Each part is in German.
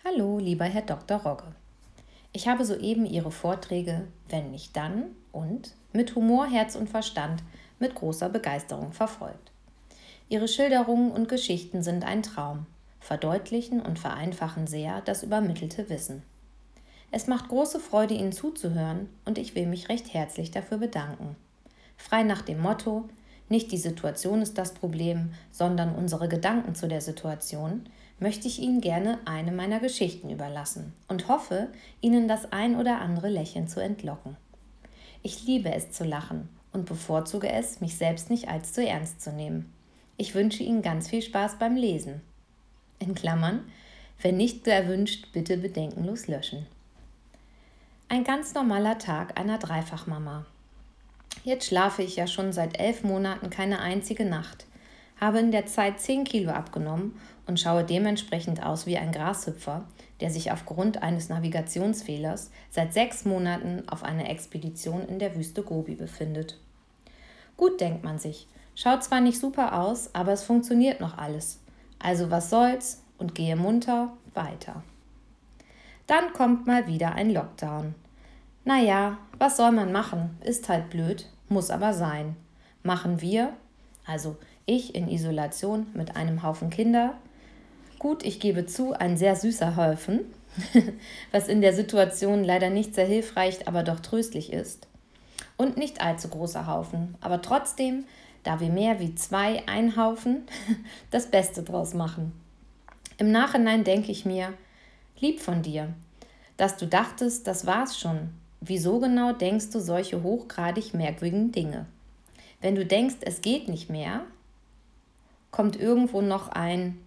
Hallo, lieber Herr Dr. Rogge. Ich habe soeben Ihre Vorträge „Wenn nicht dann“ und „Mit Humor, Herz und Verstand“ mit großer Begeisterung verfolgt. Ihre Schilderungen und Geschichten sind ein Traum, verdeutlichen und vereinfachen sehr das übermittelte Wissen. Es macht große Freude, Ihnen zuzuhören und ich will mich recht herzlich dafür bedanken. Frei nach dem Motto: Nicht die Situation ist das Problem, sondern unsere Gedanken zu der Situation, möchte ich Ihnen gerne eine meiner Geschichten überlassen und hoffe, Ihnen das ein oder andere Lächeln zu entlocken. Ich liebe es zu lachen und bevorzuge es, mich selbst nicht allzu ernst zu nehmen. Ich wünsche Ihnen ganz viel Spaß beim Lesen. In Klammern, wenn nicht so erwünscht, bitte bedenkenlos löschen. Ein ganz normaler Tag einer Dreifachmama. Jetzt schlafe ich ja schon seit 11 Monaten keine einzige Nacht, habe in der Zeit 10 Kilo abgenommen und schaue dementsprechend aus wie ein Grashüpfer, der sich aufgrund eines Navigationsfehlers seit 6 Monaten auf einer Expedition in der Wüste Gobi befindet. Gut, denkt man sich, schaut zwar nicht super aus, aber es funktioniert noch alles. Also was soll's und gehe munter weiter. Dann kommt mal wieder ein Lockdown. Naja, was soll man machen? Ist halt blöd, muss aber sein. Machen wir, also ich in Isolation mit einem Haufen Kinder. Gut, ich gebe zu, ein sehr süßer Haufen, was in der Situation leider nicht sehr hilfreich, aber doch tröstlich ist. Und nicht allzu großer Haufen, aber trotzdem, da wir mehr wie zwei ein Haufen, das Beste draus machen. Im Nachhinein denke ich mir, lieb von dir, dass du dachtest, das war's schon. Wieso genau denkst du solche hochgradig merkwürdigen Dinge? Wenn du denkst, es geht nicht mehr, kommt irgendwo noch ein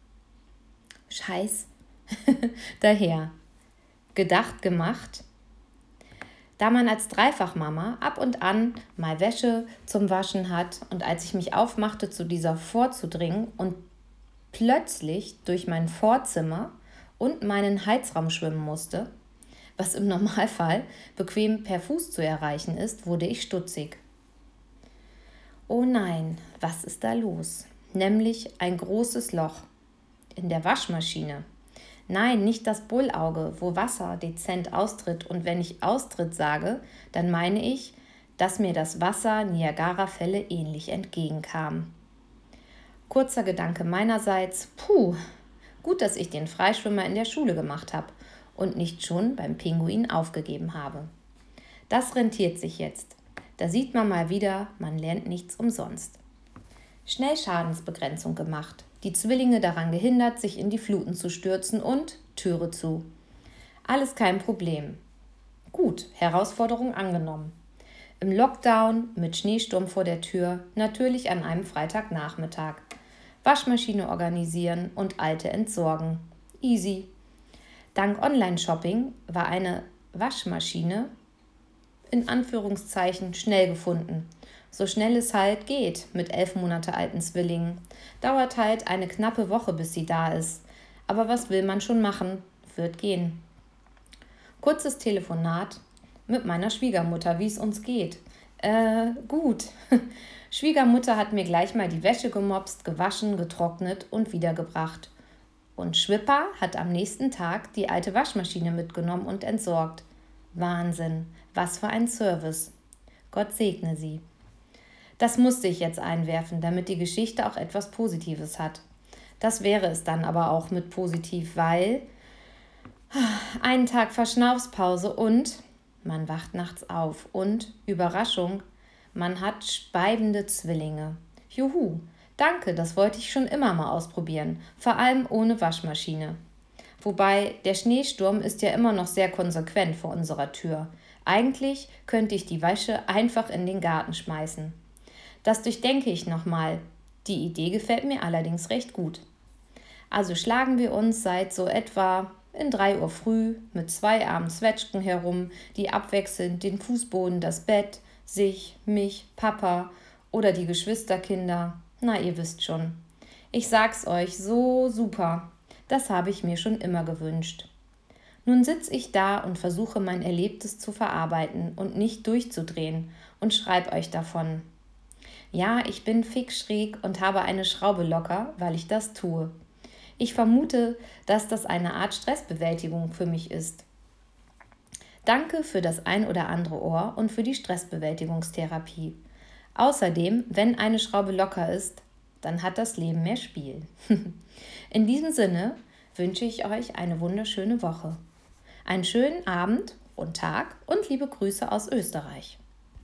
Scheiß daher. Gedacht, gemacht. Da man als Dreifachmama ab und an mal Wäsche zum Waschen hat und als ich mich aufmachte, zu dieser vorzudringen und plötzlich durch mein Vorzimmer und meinen Heizraum schwimmen musste, was im Normalfall bequem per Fuß zu erreichen ist, wurde ich stutzig. Oh nein, was ist da los? Nämlich ein großes Loch in der Waschmaschine. Nein, nicht das Bullauge, wo Wasser dezent austritt. Und wenn ich Austritt sage, dann meine ich, dass mir das Wasser Niagarafälle ähnlich entgegenkam. Kurzer Gedanke meinerseits, gut, dass ich den Freischwimmer in der Schule gemacht habe und nicht schon beim Pinguin aufgegeben habe. Das rentiert sich jetzt. Da sieht man mal wieder, man lernt nichts umsonst. Schnell Schadensbegrenzung gemacht, die Zwillinge daran gehindert, sich in die Fluten zu stürzen und Türe zu. Alles kein Problem. Gut, Herausforderung angenommen. Im Lockdown mit Schneesturm vor der Tür, natürlich an einem Freitagnachmittag. Waschmaschine organisieren und alte entsorgen. Easy. Dank Online-Shopping war eine Waschmaschine in Anführungszeichen schnell gefunden. So schnell es halt geht mit 11 Monate alten Zwillingen. Dauert halt eine knappe Woche, bis sie da ist. Aber was will man schon machen? Wird gehen. Kurzes Telefonat mit meiner Schwiegermutter, wie es uns geht. Gut. Schwiegermutter hat mir gleich mal die Wäsche gemopst, gewaschen, getrocknet und wiedergebracht. Und Schwipper hat am nächsten Tag die alte Waschmaschine mitgenommen und entsorgt. Wahnsinn, was für ein Service. Gott segne sie. Das musste ich jetzt einwerfen, damit die Geschichte auch etwas Positives hat. Das wäre es dann aber auch mit positiv, weil einen Tag Verschnaufspause und man wacht nachts auf und Überraschung, man hat speibende Zwillinge. Juhu, danke, das wollte ich schon immer mal ausprobieren, vor allem ohne Waschmaschine. Wobei, der Schneesturm ist ja immer noch sehr konsequent vor unserer Tür. Eigentlich könnte ich die Wäsche einfach in den Garten schmeißen. Das durchdenke ich nochmal. Die Idee gefällt mir allerdings recht gut. Also schlagen wir uns seit so etwa in 3 Uhr früh mit 2 armen Zwetschgen herum, die abwechselnd den Fußboden, das Bett, sich, mich, Papa oder die Geschwisterkinder, na ihr wisst schon. Ich sag's euch, so super. Das habe ich mir schon immer gewünscht. Nun sitz ich da und versuche mein Erlebtes zu verarbeiten und nicht durchzudrehen und schreib euch davon. Ja, ich bin fix schräg und habe eine Schraube locker, weil ich das tue. Ich vermute, dass das eine Art Stressbewältigung für mich ist. Danke für das ein oder andere Ohr und für die Stressbewältigungstherapie. Außerdem, wenn eine Schraube locker ist, dann hat das Leben mehr Spiel. In diesem Sinne wünsche ich euch eine wunderschöne Woche. Einen schönen Abend und Tag und liebe Grüße aus Österreich.